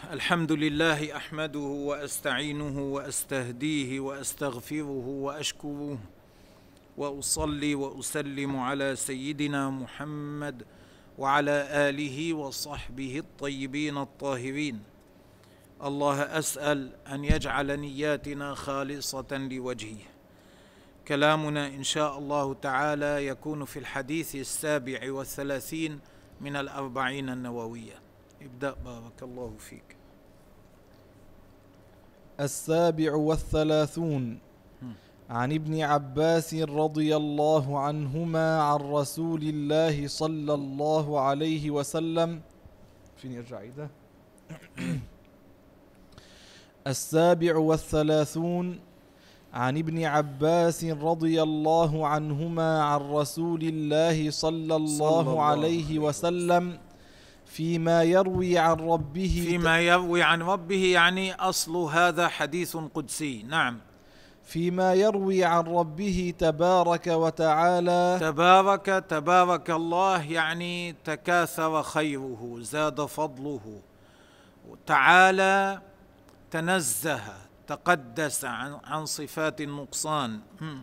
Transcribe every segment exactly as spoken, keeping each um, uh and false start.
الحمد لله أحمده وأستعينه وأستهديه وأستغفره وأشكره وأصلي وأسلم على سيدنا محمد وعلى آله وصحبه الطيبين الطاهرين. الله أسأل أن يجعل نياتنا خالصة لوجهه. كلامنا إن شاء الله تعالى يكون في الحديث السابع والثلاثين من الأربعين النووية. ابدأ بارك الله فيك. السابع والثلاثون عن ابن عباس رضي الله عنهما عن رسول الله صلى الله عليه وسلم فيني أرجع عيدة السابع والثلاثون عن ابن عباس رضي الله عنهما عن رسول الله صلى الله عليه وسلم فيما يروي عن ربه فيما يروي عن ربه يعني أصل هذا حديث قدسي. نعم. فيما يروي عن ربه تبارك وتعالى. تبارك تبارك الله يعني تكاثر خيره، زاد فضله. تعالى تنزه، تقدس عن, عن صفات النقصان.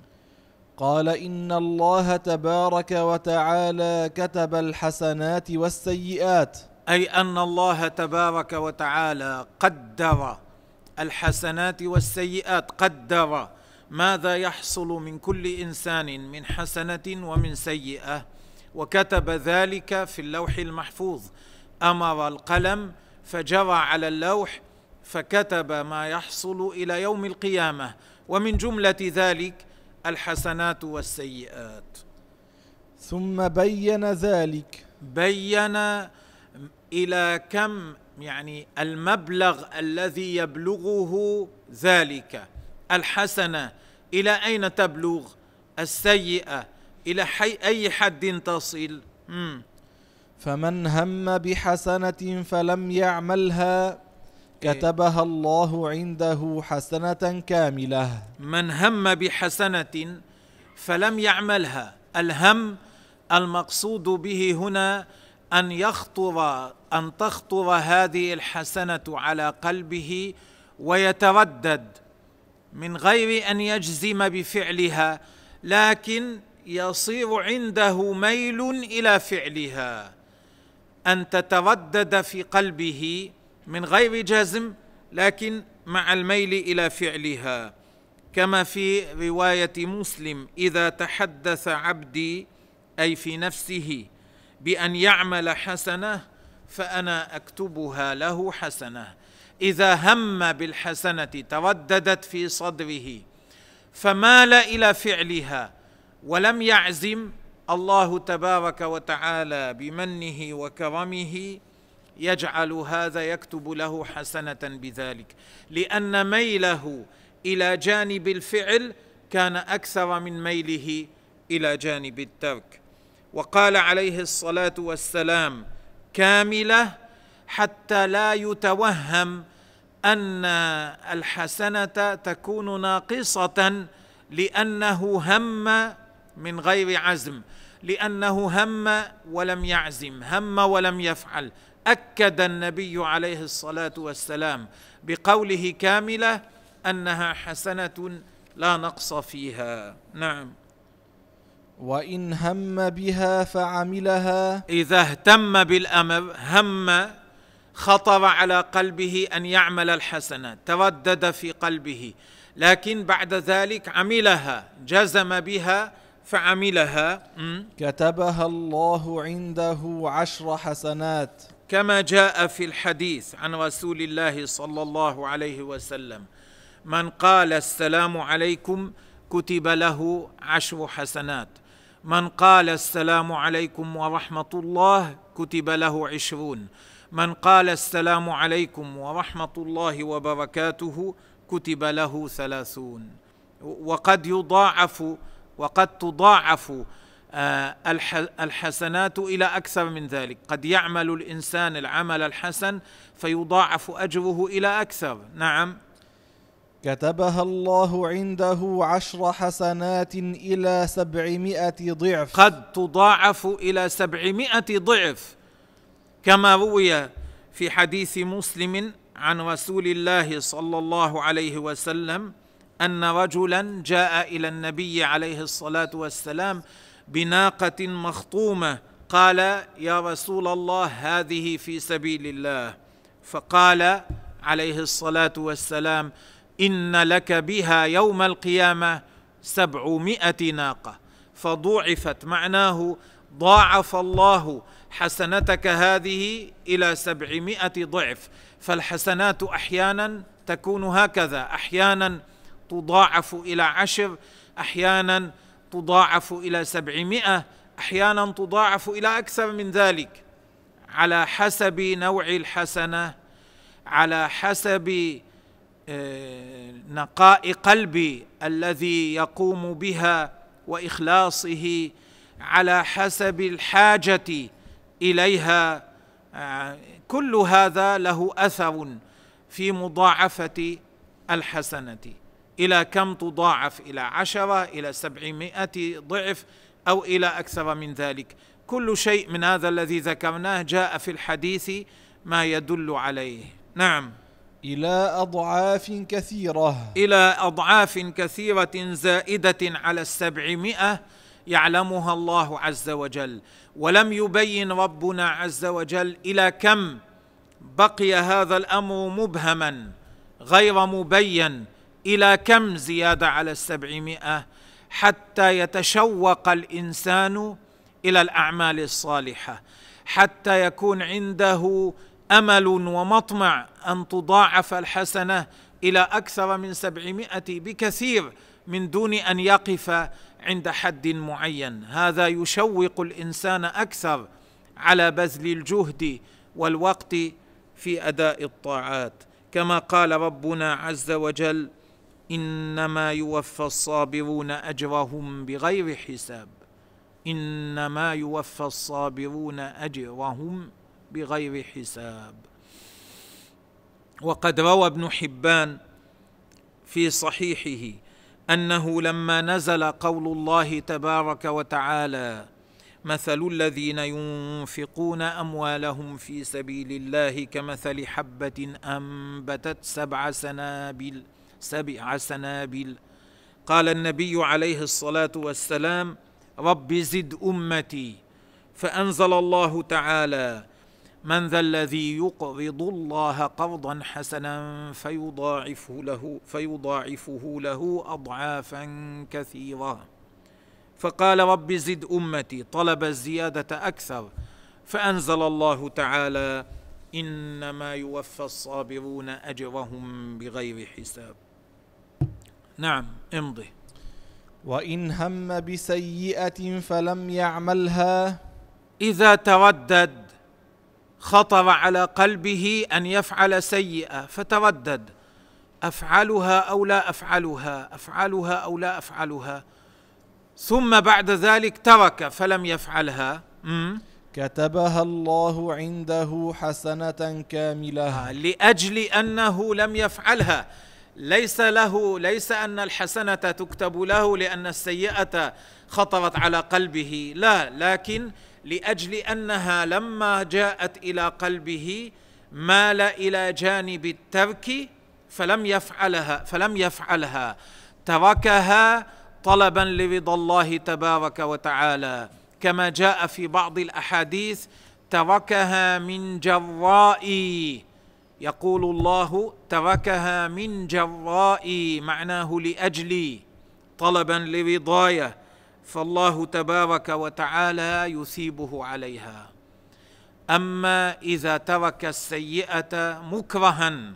قال إن الله تبارك وتعالى كتب الحسنات والسيئات، أي أن الله تبارك وتعالى قدر الحسنات والسيئات، قدر ماذا يحصل من كل إنسان من حسنة ومن سيئة، وكتب ذلك في اللوح المحفوظ. أمر القلم فجرى على اللوح فكتب ما يحصل إلى يوم القيامة، ومن جملة ذلك الحسنات والسيئات. ثم بين ذلك، بين إلى كم يعني المبلغ الذي يبلغه ذلك. الحسنة إلى أين تبلغ؟ السيئة إلى حي أي حد تصل؟ مم. فمن هم بحسنة فلم يعملها كتبها الله عنده حسنة كاملة. من هم بحسنة فلم يعملها، الهم المقصود به هنا أن يخطر أن تخطر هذه الحسنة على قلبه ويتردد من غير أن يجزم بفعلها، لكن يصير عنده ميل إلى فعلها، أن تتردد في قلبه من غير جزم لكن مع الميل إلى فعلها، كما في رواية مسلم: إذا تحدث عبدي أي في نفسه بأن يعمل حسنة فأنا أكتبها له حسنة. إذا هم بالحسنة ترددت في صدره فمال إلى فعلها ولم يعزم، الله تبارك وتعالى بمنه وكرمه يجعل هذا يكتب له حسنة بذلك، لأن ميله إلى جانب الفعل كان أكثر من ميله إلى جانب الترك. وقال عليه الصلاة والسلام: كاملة، حتى لا يتوهم أن الحسنة تكون ناقصة لأنه هم من غير عزم، لأنه هم ولم يعزم، هم ولم يفعل. أكد النبي عليه الصلاة والسلام بقوله كاملة أنها حسنة لا نقص فيها. نعم. وإن هم بها فعملها، إذا اهتم بالأمر، هم خطر على قلبه أن يعمل الحسنة، تردد في قلبه، لكن بعد ذلك عملها، جزم بها فعملها، كتبها الله عنده عشر حسنات، كما جاء في الحديث عن رسول الله صلى الله عليه وسلم: من قال السلام عليكم كتب له عشر حسنات، من قال السلام عليكم ورحمة الله كتب له عشرون، من قال السلام عليكم ورحمة الله وبركاته كتب له ثلاثون. وقد يضاعف وقد تضاعف الحسنات إلى أكثر من ذلك، قد يعمل الإنسان العمل الحسن فيضاعف أجره إلى أكثر. نعم. كتبها الله عنده عشر حسنات إلى سبعمائة ضعف، قد تضاعف إلى سبعمائة ضعف، كما روي في حديث مسلم عن رسول الله صلى الله عليه وسلم أن رجلا جاء إلى النبي عليه الصلاة والسلام بناقة مخطومة، قال: يا رسول الله، هذه في سبيل الله. فقال عليه الصلاة والسلام: إن لك بها يوم القيامة سبعمائة ناقة. فضوعفت، معناه ضاعف الله حسنتك هذه إلى سبعمائة ضعف. فالحسنات أحيانا تكون هكذا، أحيانا تضاعف إلى عشر، أحيانا تضاعف إلى سبعمائة، أحيانا تضاعف إلى أكثر من ذلك، على حسب نوع الحسنة، على حسب نقاء قلبي الذي يقوم بها وإخلاصه، على حسب الحاجة إليها. كل هذا له أثر في مضاعفة الحسنة. إلى كم تضاعف؟ إلى عشرة، إلى سبعمائة ضعف، أو إلى أكثر من ذلك. كل شيء من هذا الذي ذكرناه جاء في الحديث ما يدل عليه. نعم. إلى أضعاف كثيرة، إلى أضعاف كثيرة زائدة على السبعمائة يعلمها الله عز وجل. ولم يبين ربنا عز وجل إلى كم بقي هذا الأمر مبهما غير مبين، إلى كم زيادة على السبعمائة، حتى يتشوق الإنسان إلى الأعمال الصالحة، حتى يكون عنده أمل ومطمع أن تضاعف الحسنة إلى أكثر من سبعمائة بكثير، من دون أن يقف عند حد معين. هذا يشوق الإنسان أكثر على بذل الجهد والوقت في أداء الطاعات، كما قال ربنا عز وجل: إنما يوفى الصابرون أجرهم بغير حساب. إنما يوفى الصابرون أجرهم بغير حساب. وقد روى ابن حبان في صحيحه أنه لما نزل قول الله تبارك وتعالى: مثل الذين ينفقون أموالهم في سبيل الله كمثل حبة أنبتت سبع سنابل سبع سنابل قال النبي عليه الصلاة والسلام: رب زد أمتي. فأنزل الله تعالى: من ذا الذي يقرض الله قرضا حسنا فيضاعفه له فيضاعفه له أضعافا كثيرة. فقال: رب زد أمتي، طلب الزيادة أكثر، فأنزل الله تعالى: إنما يوفى الصابرون أجرهم بغير حساب. نعم، امضي. وإن هم بسيئة فلم يعملها، إذا تردد، خطر على قلبه أن يفعل سيئة، فتردد: أفعلها أو لا أفعلها، أفعلها أو لا أفعلها، ثم بعد ذلك ترك فلم يفعلها، كتبها الله عنده حسنة كاملة. لأجل أنه لم يفعلها، ليس له ليس أن الحسنة تكتب له لأن السيئة خطرت على قلبه، لا، لكن لأجل أنها لما جاءت إلى قلبه مال إلى جانب الترك فلم يفعلها فلم يفعلها تركها طلبا لرضا الله تبارك وتعالى، كما جاء في بعض الأحاديث: تركها من جرائي، يقول الله: تركها من جرائي، معناه لأجلي، طلبا لرضايا، فالله تبارك وتعالى يثيبه عليها. أما إذا ترك السيئة مكرها،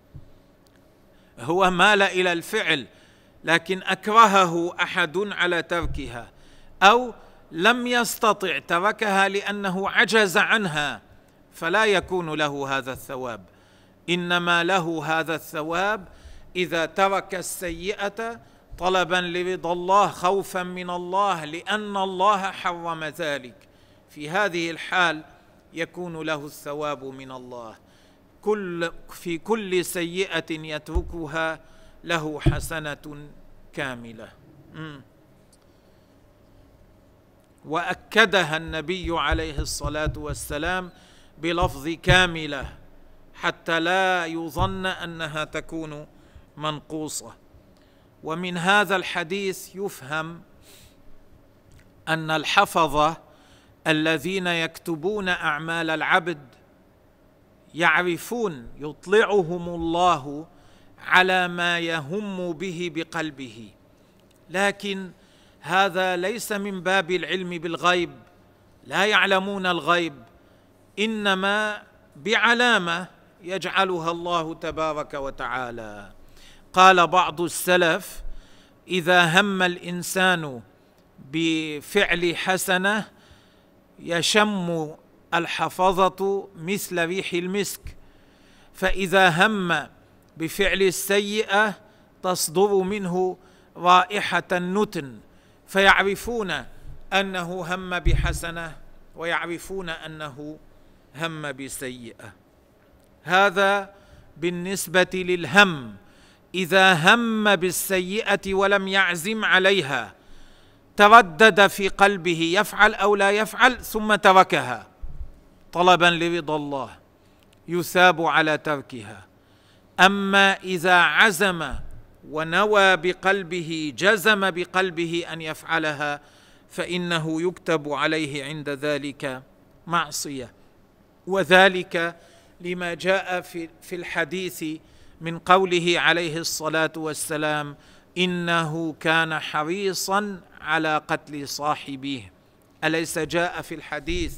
هو مال إلى الفعل لكن أكرهه أحد على تركها، أو لم يستطع، تركها لأنه عجز عنها، فلا يكون له هذا الثواب. إنما له هذا الثواب إذا ترك السيئة طلبا لرضا الله، خوفا من الله، لأن الله حرم ذلك. في هذه الحال يكون له الثواب من الله. كل في كل سيئة يتركها له حسنة كاملة. م. وأكدها النبي عليه الصلاة والسلام بلفظ كاملة، حتى لا يظن أنها تكون منقوصة. ومن هذا الحديث يفهم أن الحفظة الذين يكتبون أعمال العبد يعرفون، يطلعهم الله على ما يهم به بقلبه، لكن هذا ليس من باب العلم بالغيب، لا يعلمون الغيب، إنما بعلامة يجعلها الله تبارك وتعالى. قال بعض السلف: إذا هم الإنسان بفعل حسنة يشم الحفظة مثل ريح المسك، فإذا هم بفعل السيئة تصدر منه رائحة النتن، فيعرفون أنه هم بحسنة ويعرفون أنه هم بسيئة. هذا بالنسبة للهم. إذا هم بالسيئة ولم يعزم عليها، تردد في قلبه يفعل أو لا يفعل ثم تركها طلبا لرضا الله، يثاب على تركها. أما إذا عزم ونوى بقلبه، جزم بقلبه أن يفعلها، فإنه يكتب عليه عند ذلك معصية. وذلك لما جاء في في الحديث من قوله عليه الصلاة والسلام: إنه كان حريصا على قتل صاحبه. أليس جاء في الحديث: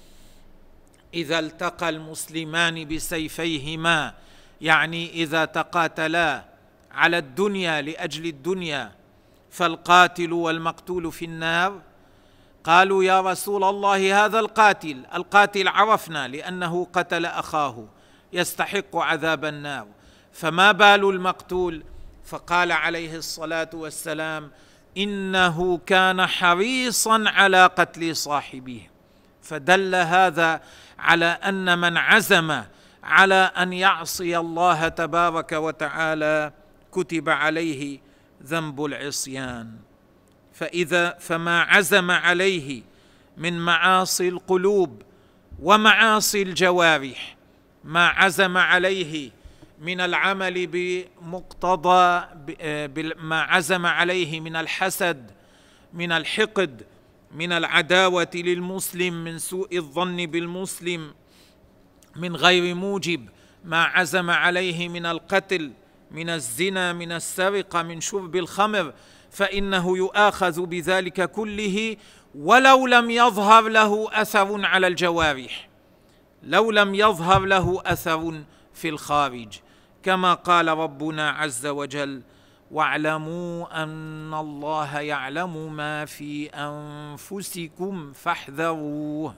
إذا التقى المسلمان بسيفيهما، يعني إذا تقاتلا على الدنيا لأجل الدنيا، فالقاتل والمقتول في النار؟ قالوا: يا رسول الله، هذا القاتل القاتل عرفنا لأنه قتل أخاه يستحق عذاب النار، فما بال المقتول؟ فقال عليه الصلاة والسلام: إنه كان حريصا على قتل صاحبه. فدل هذا على أن من عزم على أن يعصي الله تبارك وتعالى كتب عليه ذنب العصيان. فإذا فما عزم عليه من معاصي القلوب ومعاصي الجوارح، ما عزم عليه من العمل بمقتضى، ما عزم عليه من الحسد، من الحقد، من العداوة للمسلم، من سوء الظن بالمسلم من غير موجب، ما عزم عليه من القتل، من الزنا، من السرقة، من شرب الخمر، فإنه يؤاخذ بذلك كله ولو لم يظهر له أثر على الجوارح، لو لم يظهر له أثر في الخارج، كما قال ربنا عز وجل: واعلموا أن الله يعلم ما في أنفسكم فاحذروه.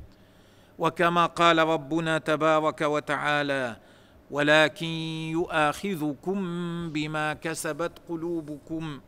وكما قال ربنا تبارك وتعالى: ولكن يؤاخذكم بما كسبت قلوبكم.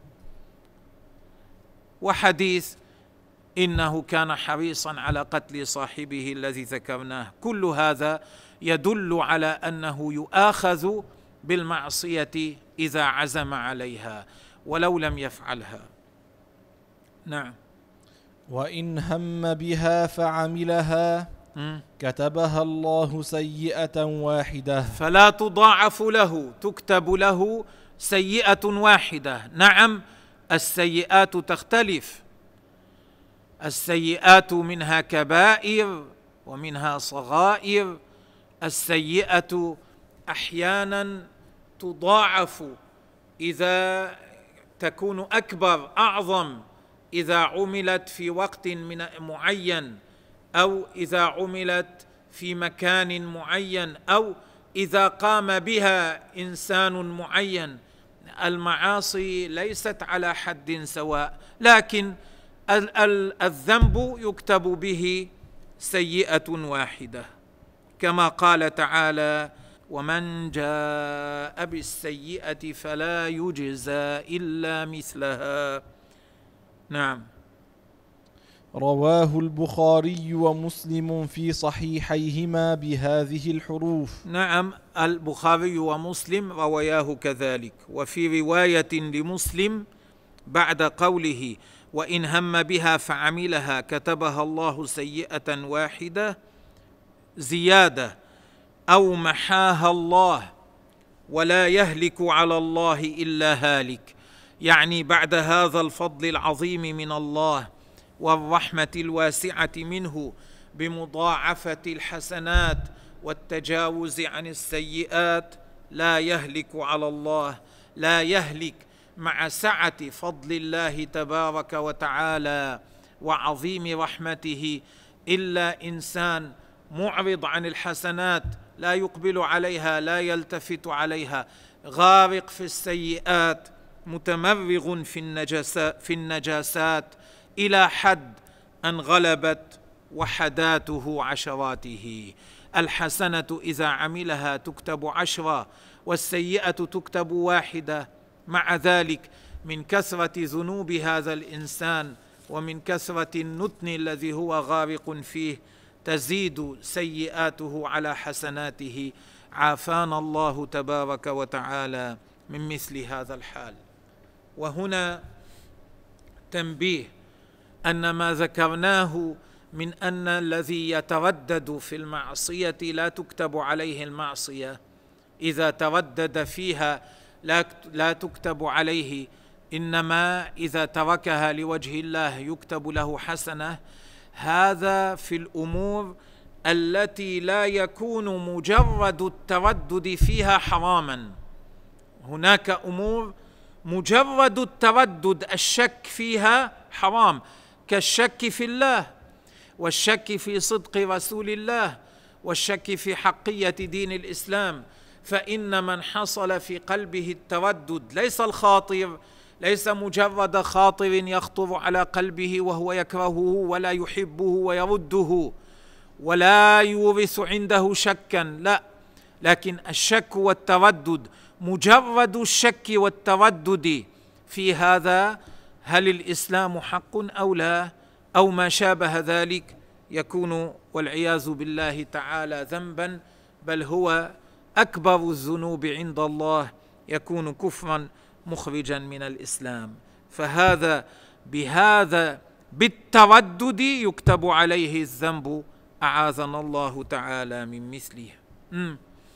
وحديث إنه كان حريصا على قتل صاحبه الذي ذكرناه. كل هذا يدل على أنه يؤاخذ بالمعصية إذا عزم عليها ولو لم يفعلها. نعم. وإن هم بها فعملها كتبها الله سيئة واحدة، فلا تضاعف له، تكتب له سيئة واحدة. نعم، السيئات تختلف، السيئات منها كبائر ومنها صغائر. السيئة أحيانا تضاعف إذا تكون أكبر، أعظم، إذا عملت في وقت من معين، أو إذا عملت في مكان معين، أو إذا قام بها إنسان معين. المعاصي ليست على حد سواء، لكن الذنب يكتب به سيئة واحدة، كما قال تعالى: ومن جاء بالسيئة فلا يجزى إلا مثلها. نعم. رواه البخاري ومسلم في صحيحيهما بهذه الحروف. نعم، البخاري ومسلم رواياه كذلك. وفي رواية لمسلم بعد قوله: وإن هم بها فعملها كتبها الله سيئة واحدة، زيادة: أو محاها الله، ولا يهلك على الله إلا هالك. يعني بعد هذا الفضل العظيم من الله والرحمة الواسعة منه بمضاعفة الحسنات والتجاوز عن السيئات، لا يهلك على الله، لا يهلك مع سعة فضل الله تبارك وتعالى وعظيم رحمته إلا إنسان معرض عن الحسنات، لا يقبل عليها، لا يلتفت عليها، غارق في السيئات، متمرغ في النجاسات, في النجاسات إلى حد أن غلبت وحداته عشراته. الحسنة إذا عملها تكتب عشرة، والسيئة تكتب واحدة. مع ذلك من كثرة ذنوب هذا الإنسان ومن كثرة النتن الذي هو غارق فيه تزيد سيئاته على حسناته. عافانا الله تبارك وتعالى من مثل هذا الحال. وهنا تنبيه أن ما ذكرناه من أن الذي يتردد في المعصية لا تكتب عليه المعصية، إذا تردد فيها لا لا تكتب عليه، إنما إذا تركها لوجه الله يكتب له حسنة. هذا في الأمور التي لا يكون مجرد التردد فيها حراما. هناك أمور مجرد التردد الشك فيها حرام، كالشك في الله، والشك في صدق رسول الله، والشك في حقية دين الإسلام. فإن من حصل في قلبه التردد، ليس الخاطر، ليس مجرد خاطر يخطر على قلبه وهو يكرهه ولا يحبه ويرده ولا يورث عنده شكا، لا، لكن الشك والتردد، مجرد الشك والتردد في هذا، هل الإسلام حق أو لا أو ما شابه ذلك، يكون والعياذ بالله تعالى ذنبا، بل هو أكبر الذنوب عند الله، يكون كفرا مخرجا من الإسلام. فهذا بهذا بالتردد يكتب عليه الذنب، أعاذنا الله تعالى من مثله. م.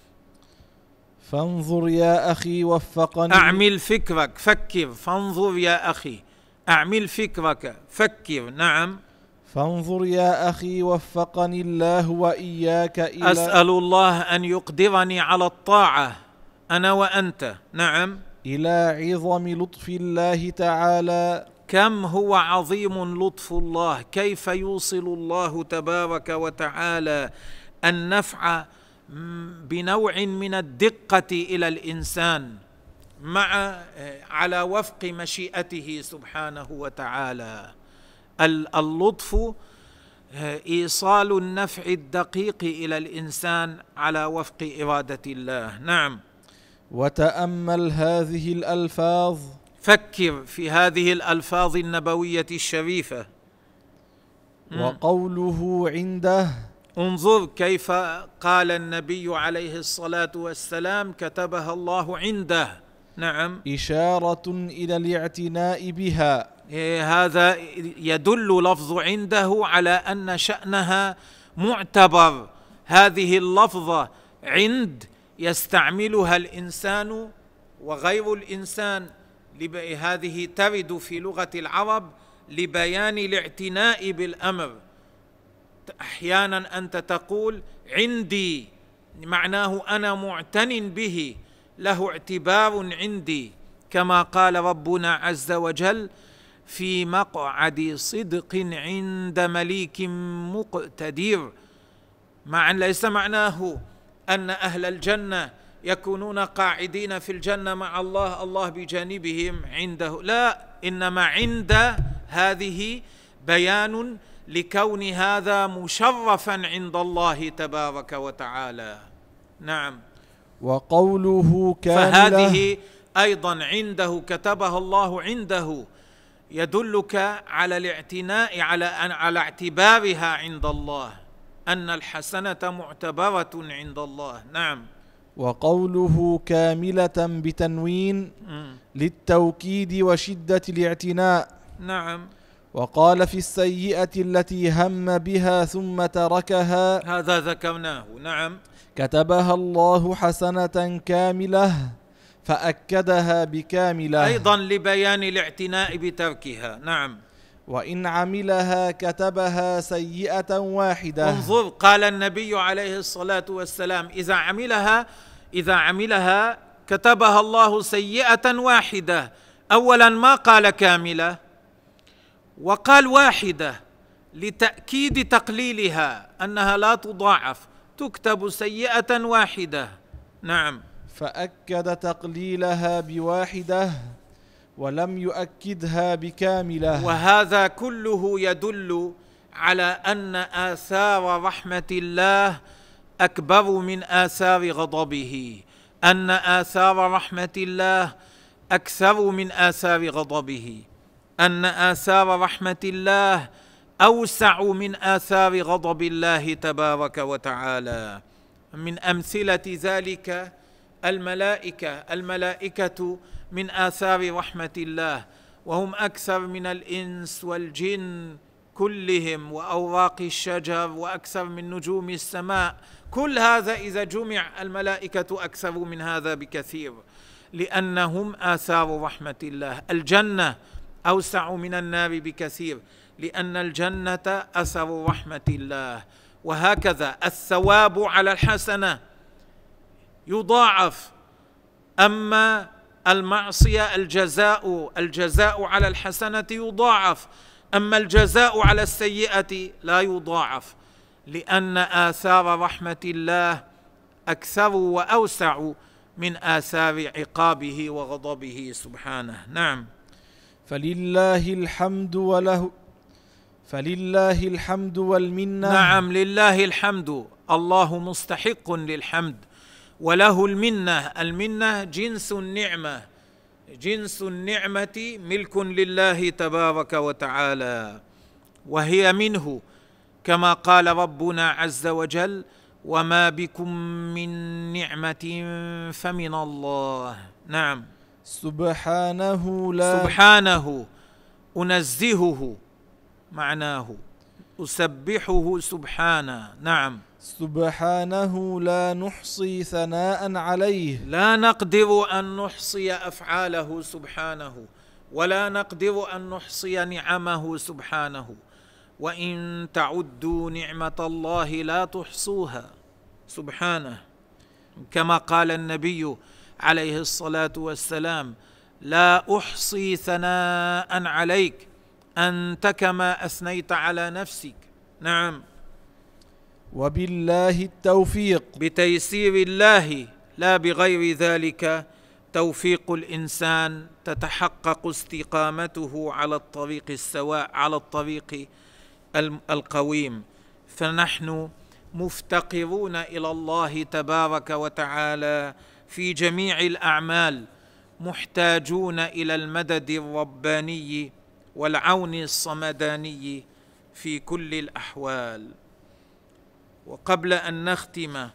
فانظر يا أخي وفقني، أعمل فكرك، فكر. فانظر يا أخي، أعمل فكرك، فكر. نعم. فانظر يا أخي وفقني الله وإياك إلى أسأل الله أن يقدرني على الطاعة أنا وأنت. نعم. إلى عظم لطف الله تعالى. كم هو عظيم لطف الله، كيف يوصل الله تبارك وتعالى النفع بنوع من الدقة إلى الإنسان مع على وفق مشيئته سبحانه وتعالى. اللطف إيصال النفع الدقيق إلى الإنسان على وفق إرادة الله. نعم. وتأمل هذه الألفاظ، فكر في هذه الألفاظ النبوية الشريفة. وقوله عنده، انظر كيف قال النبي عليه الصلاة والسلام كتبها الله عنده. نعم. إشارة إلى الاعتناء بها. هذا يدل لفظ عنده على أن شأنها معتبر. هذه اللفظة عند يستعملها الإنسان وغير الإنسان، هذه ترد في لغة العرب لبيان الاعتناء بالأمر. أحيانا أنت تقول عندي، معناه أنا معتن به، له اعتبار عندي، كما قال ربنا عز وجل في مقعد صدق عند مليك مقتدر. مع ليس معناه أن أهل الجنة يكونون قاعدين في الجنة مع الله، الله بجانبهم عنده، لا، إنما عند هذه بيان لكون هذا مشرفا عند الله تبارك وتعالى. نعم. وقوله كاملة، فهذه أيضا عنده كتبها الله عنده يدلك على الاعتناء على على اعتبارها عند الله، أن الحسنة معتبرة عند الله. نعم. وقوله كاملة بتنوين م. للتوكيد وشدة الاعتناء. نعم. وقال في السيئة التي هم بها ثم تركها: هذا ذكرناه. نعم. كتبها الله حسنة كاملة فأكدها بكاملة، أيضا لبيان الاعتناء بتركها. نعم. وإن عملها كتبها سيئة واحدة. انظر، قال النبي عليه الصلاة والسلام: إذا عملها إذا عملها كتبها الله سيئة واحدة. أولا ما قال كاملة، وقال واحدة لتأكيد تقليلها، أنها لا تضاعف، تكتب سيئة واحدة. نعم. فأكد تقليلها بواحدة ولم يؤكدها بكاملة. وهذا كله يدل على أن آثار رحمة الله أكبر من آثار غضبه، أن آثار رحمة الله أكثر من آثار غضبه، أن آثار رحمة الله أوسع من آثار غضب الله تبارك وتعالى. من أمثلة ذلك الملائكة الملائكة من آثار رحمة الله، وهم أكثر من الإنس والجن كلهم، وأوراق الشجر، وأكثر من نجوم السماء. كل هذا إذا جمع الملائكة أكثر من هذا بكثير، لأنهم آثار رحمة الله. الجنة أوسع من النار بكثير، لأن الجنة أثر رحمة الله. وهكذا الثواب على الحسنة يضاعف، أما المعصية الجزاء الجزاء على الحسنة يضاعف، أما الجزاء على السيئة لا يضاعف، لأن آثار رحمة الله أكثر وأوسع من آثار عقابه وغضبه سبحانه. نعم. فلله الحمد وله فلله الحمد والمنة. نعم، لله الحمد، الله مستحق للحمد، وله المنة. المنة جنس النعمة، جنس النعمة ملك لله تبارك وتعالى، وهي منه، كما قال ربنا عز وجل: وما بكم من نعمة فمن الله. نعم. سبحانه لا سبحانه أنزهه، معناه أسبحه سبحانه. نعم. سبحانه لا نحصي ثناء عليه. لا نقدر أن نحصي أفعاله سبحانه، ولا نقدر أن نحصي نعمه سبحانه، وإن تعدوا نعمة الله لا تحصوها سبحانه، كما قال النبي عليه الصلاة والسلام: لا أحصي ثناء عليك أنت كما أثنيت على نفسك. نعم. وبالله التوفيق، بتيسير الله لا بغير ذلك توفيق الإنسان تتحقق استقامته على الطريق السواء، على الطريق القويم. فنحن مفتقرون إلى الله تبارك وتعالى في جميع الأعمال، محتاجون إلى المدد الرباني والعون الصمداني في كل الأحوال. وقبل أن نختم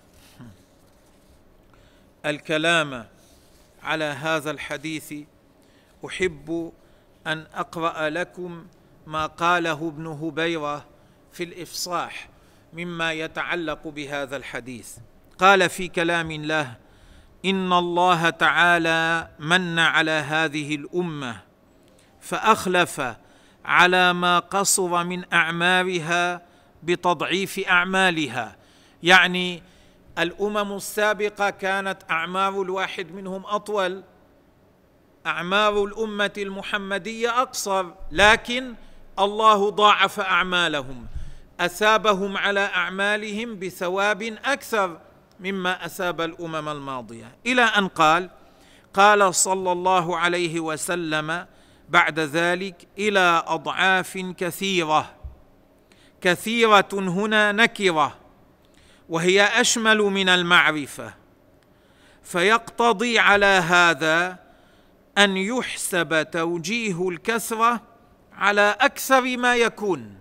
الكلام على هذا الحديث، أحب أن أقرأ لكم ما قاله ابن هبيرة في الإفصاح مما يتعلق بهذا الحديث. قال في كلام له: إن الله تعالى من على هذه الأمة فأخلف على ما قصر من أعمارها بتضعيف أعمالها. يعني الأمم السابقة كانت أعمار الواحد منهم أطول، أعمار الأمة المحمدية أقصر، لكن الله ضاعف أعمالهم، أثابهم على أعمالهم بثواب أكثر مما أثاب الأمم الماضية، إلى أن قال قال صلى الله عليه وسلم بعد ذلك: إلى أضعاف كثيرة. كثيرة هنا نكرة، وهي أشمل من المعرفة، فيقتضي على هذا أن يحسب توجيه الكثرة على أكثر ما يكون،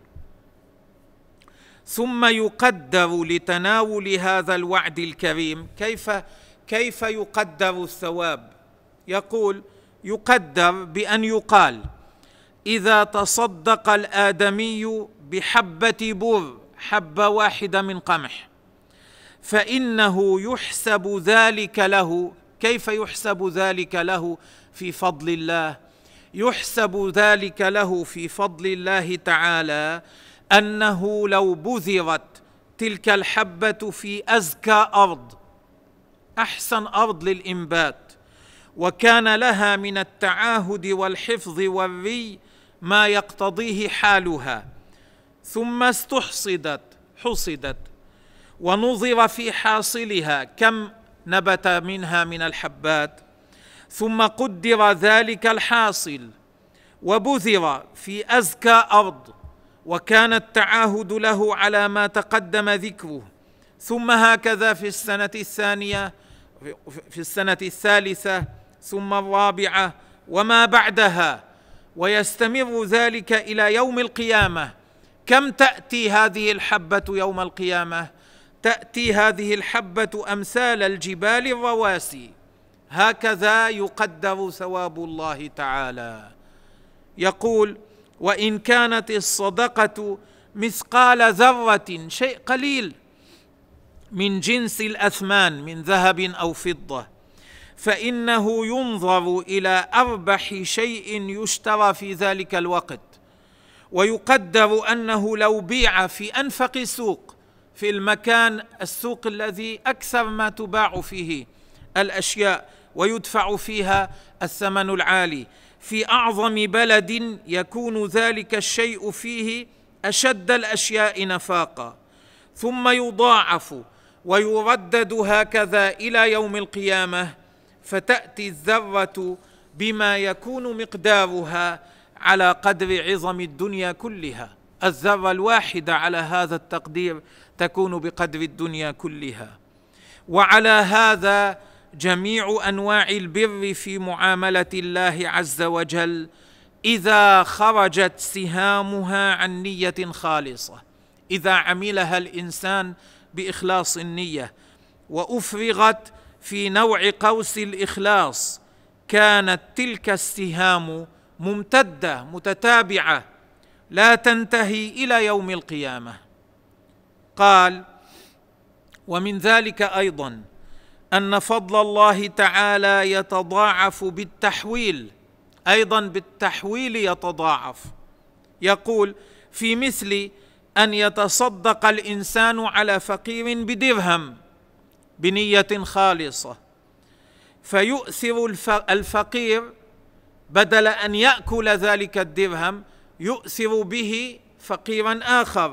ثم يقدر لتناول هذا الوعد الكريم. كيف كيف يقدر الثواب؟ يقول: يقدر بأن يقال: إذا تصدق الآدمي بحبة بر، حبة واحدة من قمح، فإنه يحسب ذلك له. كيف يحسب ذلك له؟ في فضل الله. يحسب ذلك له في فضل الله تعالى أنه لو بذرت تلك الحبة في أزكى أرض، أحسن أرض للإنبات، وكان لها من التعاهد والحفظ والري ما يقتضيه حالها، ثم استحصدت حصدت ونظر في حاصلها كم نبت منها من الحبات، ثم قدر ذلك الحاصل وبذر في أزكى أرض، وكان التعاهد له على ما تقدم ذكره، ثم هكذا في السنة الثانية، في السنة الثالثة، ثم الرابعة وما بعدها، ويستمر ذلك إلى يوم القيامة. كم تأتي هذه الحبة يوم القيامة؟ تأتي هذه الحبة أمثال الجبال الرواسي. هكذا يقدر ثواب الله تعالى. يقول: وإن كانت الصدقة مثقال ذرة، شيء قليل من جنس الأثمان من ذهب أو فضة، فإنه ينظر إلى أربح شيء يشترى في ذلك الوقت، ويقدر أنه لو بيع في أنفق سوق، في المكان السوق الذي أكثر ما تباع فيه الأشياء ويدفع فيها الثمن العالي، في أعظم بلد يكون ذلك الشيء فيه أشد الأشياء نفاقا، ثم يضاعف ويردد هكذا إلى يوم القيامة، فتأتي الذرة بما يكون مقدارها على قدر عظم الدنيا كلها. الذرة الواحدة على هذا التقدير تكون بقدر الدنيا كلها. وعلى هذا جميع أنواع البر في معاملة الله عز وجل إذا خرجت سهامها عن نية خالصة، إذا عملها الإنسان بإخلاص النية وأفرغت في نوع قوس الإخلاص، كانت تلك السهام ممتدة متتابعة لا تنتهي إلى يوم القيامة. قال: ومن ذلك أيضا أن فضل الله تعالى يتضاعف بالتحويل، أيضا بالتحويل يتضاعف. يقول: في مثل أن يتصدق الإنسان على فقير بدرهم بنية خالصة، فيؤثر الفقير بدل أن يأكل ذلك الدرهم يؤثر به فقيرا آخر،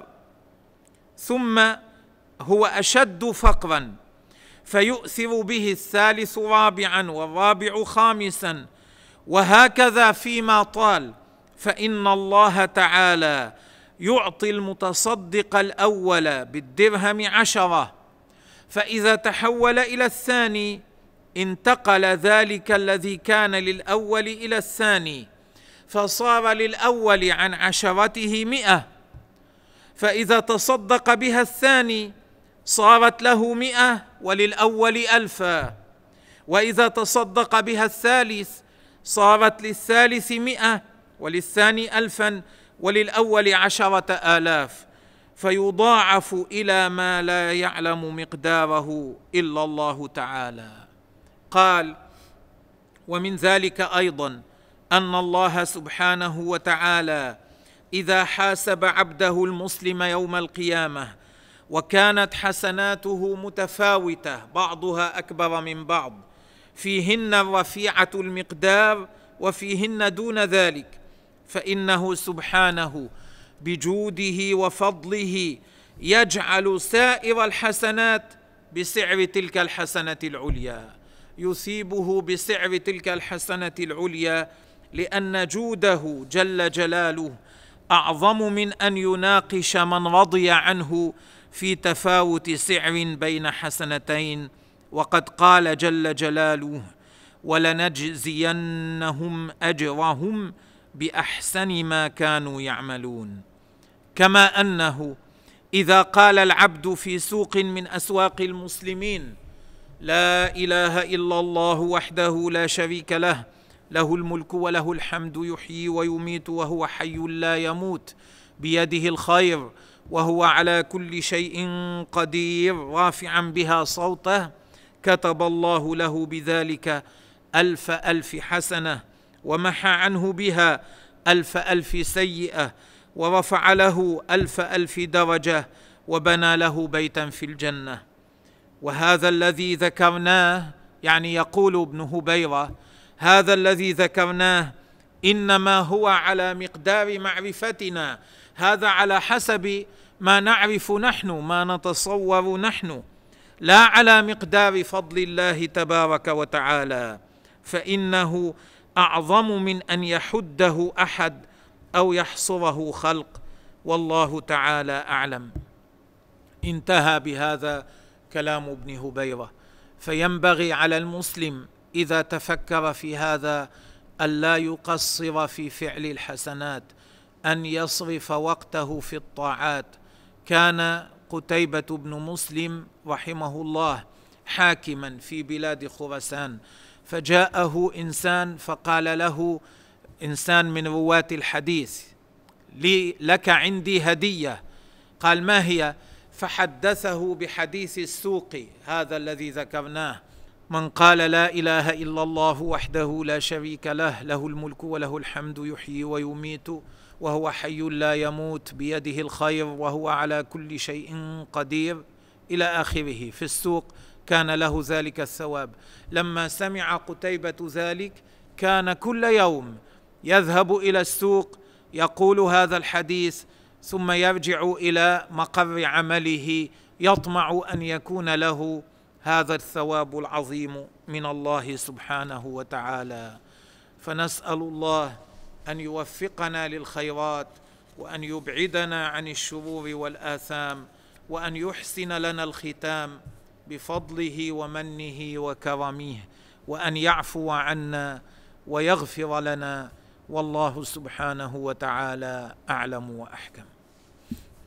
ثم هو أشد فقرا فيؤثر به الثالث رابعا والرابع خامسا، وهكذا فيما طال. فإن الله تعالى يعطي المتصدق الأول بالدرهم عشرة، فإذا تحول إلى الثاني انتقل ذلك الذي كان للأول إلى الثاني، فصار للأول عن عشرته مئة، فإذا تصدق بها الثاني صارت له مئة وللأول ألفا، وإذا تصدق بها الثالث صارت للثالث مئة وللثاني ألفا وللأول عشرة آلاف، فيضاعف إلى ما لا يعلم مقداره إلا الله تعالى. قال: ومن ذلك أيضا أن الله سبحانه وتعالى إذا حاسب عبده المسلم يوم القيامة وكانت حسناته متفاوتة بعضها أكبر من بعض، فيهن الرفيعة المقدار وفيهن دون ذلك، فإنه سبحانه بجوده وفضله يجعل سائر الحسنات بسعر تلك الحسنة العليا، يثيبه بسعر تلك الحسنة العليا، لأن جوده جل جلاله أعظم من أن يناقش من رضي عنه في تفاوت سعر بين حسنتين. وقد قال جل جلاله: ولنجزينهم أجرهم بأحسن ما كانوا يعملون. كما أنه إذا قال العبد في سوق من أسواق المسلمين: لا إله إلا الله وحده لا شريك له له الملك وله الحمد يحيي ويميت وهو حي لا يموت بيده الخير وهو على كل شيء قدير، رافعا بها صوته، كتب الله له بذلك ألف ألف حسنة، ومحى عنه بها ألف ألف سيئة، ورفع له ألف ألف درجة، وبنى له بيتا في الجنة. وهذا الذي ذكرناه، يعني يقول ابن هبيرة، هذا الذي ذكرناه إنما هو على مقدار معرفتنا، هذا على حسب ما نعرف نحن، ما نتصور نحن، لا على مقدار فضل الله تبارك وتعالى، فإنه أعظم من أن يحده أحد أو يحصره خلق، والله تعالى أعلم. انتهى بهذا كلام ابن هبيرة. فينبغي على المسلم إذا تفكر في هذا ألا يقصر في فعل الحسنات، أن يصرف وقته في الطاعات. كان قتيبة بن مسلم رحمه الله حاكما في بلاد خراسان، فجاءه إنسان فقال له إنسان من رواة الحديث: لي لك عندي هدية. قال: ما هي؟ فحدثه بحديث السوق هذا الذي ذكرناه: من قال لا إله إلا الله وحده لا شريك له، له الملك وله الحمد يحيي ويميت وهو حي لا يموت بيده الخير وهو على كل شيء قدير، إلى آخره. في السوق كان له ذلك الثواب. لما سمع قتيبة ذلك كان كل يوم يذهب إلى السوق يقول هذا الحديث، ثم يرجع إلى مقر عمله يطمع أن يكون له هذا الثواب العظيم من الله سبحانه وتعالى. فنسأل الله أن يوفقنا للخيرات، وأن يبعدنا عن الشرور والآثام، وأن يحسن لنا الختام بفضله ومنه وكرمه، وأن يعفو عنا ويغفر لنا، والله سبحانه وتعالى أعلم وأحكم.